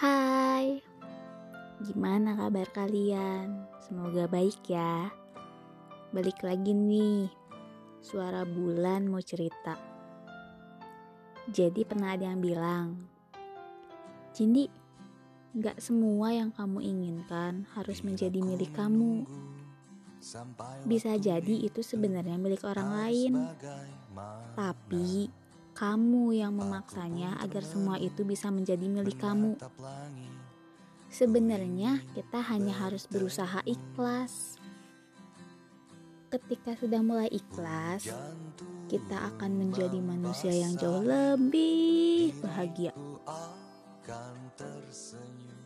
Hai, gimana kabar kalian? Semoga baik ya. Balik lagi nih, suara bulan mau cerita. Jadi pernah ada yang bilang, Cindy, gak semua yang kamu inginkan harus menjadi milik kamu. Bisa jadi itu sebenarnya milik orang lain. Tapi kamu yang memaksanya agar semua itu bisa menjadi milik kamu. Sebenarnya kita hanya harus berusaha ikhlas. Ketika sudah mulai ikhlas, kita akan menjadi manusia yang jauh lebih bahagia.